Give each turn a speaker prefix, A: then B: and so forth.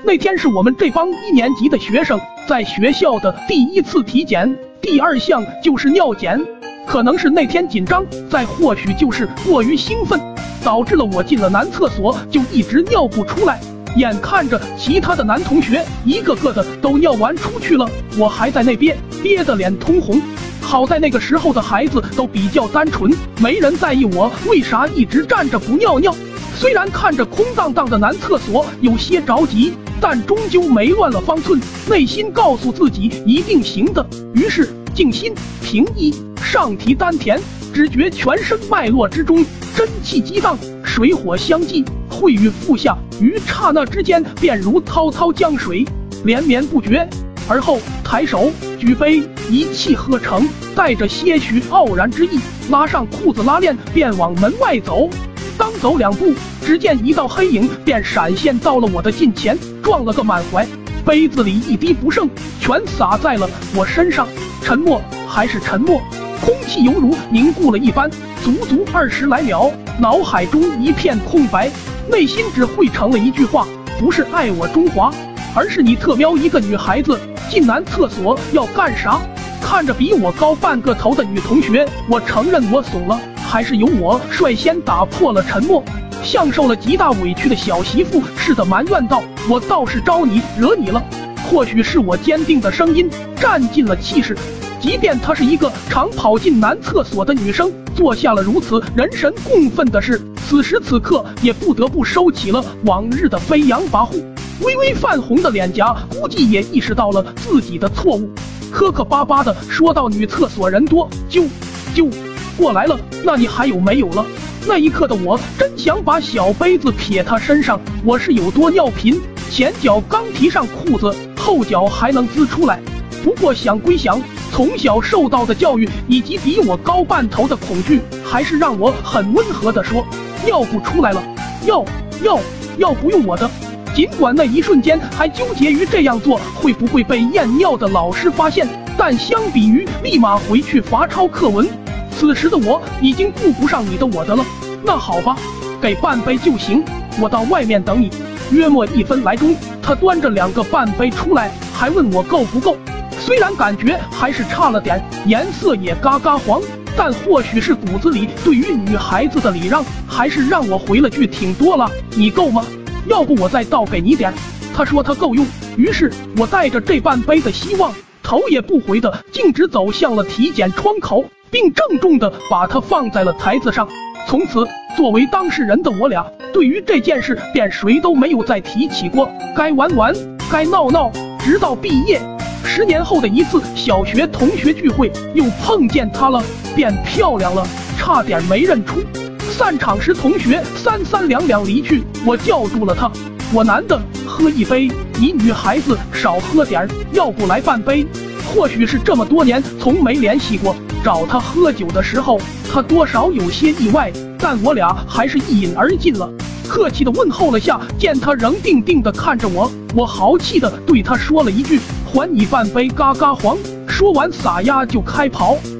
A: 那天是我们这帮1年级的学生在学校的第1次体检，第2项就是尿检。可能是那天紧张，再或许就是过于兴奋，导致了我进了男厕所就一直尿不出来。眼看着其他的男同学一个个的都尿完出去了，我还在那边憋得脸通红。好在那个时候的孩子都比较单纯，没人在意我为啥一直站着不尿尿。虽然看着空荡荡的男厕所有些着急，但终究没乱了方寸，内心告诉自己一定行的。于是静心平一，上提丹田，只觉全身脉络之中真气激荡，水火相济，会与腹下，于刹那之间便如滔滔江水，连绵不绝。而后抬手举杯，一气呵成，带着些许傲然之意，拉上裤子拉链便往门外走。刚走2步，只见一道黑影便闪现到了我的近前，撞了个满怀，杯子里一滴不剩，全洒在了我身上。沉默，还是沉默，空气犹如凝固了一般，足足20来秒，脑海中一片空白，内心只汇成了一句话：不是爱我中华，而是你特喵一个女孩子进男厕所要干啥？看着比我高半个头的女同学，我承认我怂了，还是由我率先打破了沉默。像受了极大委屈的小媳妇似的埋怨道：我倒是招你惹你了。或许是我坚定的声音占尽了气势，即便她是一个常跑进男厕所的女生，做下了如此人神共愤的事，此时此刻也不得不收起了往日的飞扬跋扈。微微泛红的脸颊估计也意识到了自己的错误，磕磕巴巴的说到：女厕所人多，就过来了，那你还有没有了？那一刻的我真想把小杯子撇他身上，我是有多尿频，前脚刚提上裤子，后脚还能滋出来。不过想归想，从小受到的教育以及比我高半头的恐惧，还是让我很温和的说：尿不出来了，要不用我的。尽管那一瞬间还纠结于这样做会不会被验尿的老师发现，但相比于立马回去罚抄课文，此时的我已经顾不上你的我的了。那好吧，给半杯就行，我到外面等你。约莫1分来钟，他端着2个半杯出来，还问我够不够。虽然感觉还是差了点，颜色也嘎嘎黄，但或许是骨子里对于女孩子的礼让，还是让我回了句挺多了，你够吗？要不我再倒给你点。他说他够用，于是我带着这半杯的希望，头也不回的径直走向了体检窗口，并郑重的把它放在了台子上。从此，作为当事人的我俩，对于这件事便谁都没有再提起过。该玩玩，该闹闹，直到毕业。10年后的一次小学同学聚会，又碰见她了，变漂亮了，差点没认出。散场时，同学三三两两离去，我叫住了她：我男的喝一杯，你女孩子少喝点，要不来半杯？或许是这么多年从没联系过，找她喝酒的时候，她多少有些意外，但我俩还是一饮而尽了。客气的问候了下，见她仍定定地看着我，我豪气地对她说了一句：还你半杯嘎嘎黄。说完撒丫就开跑。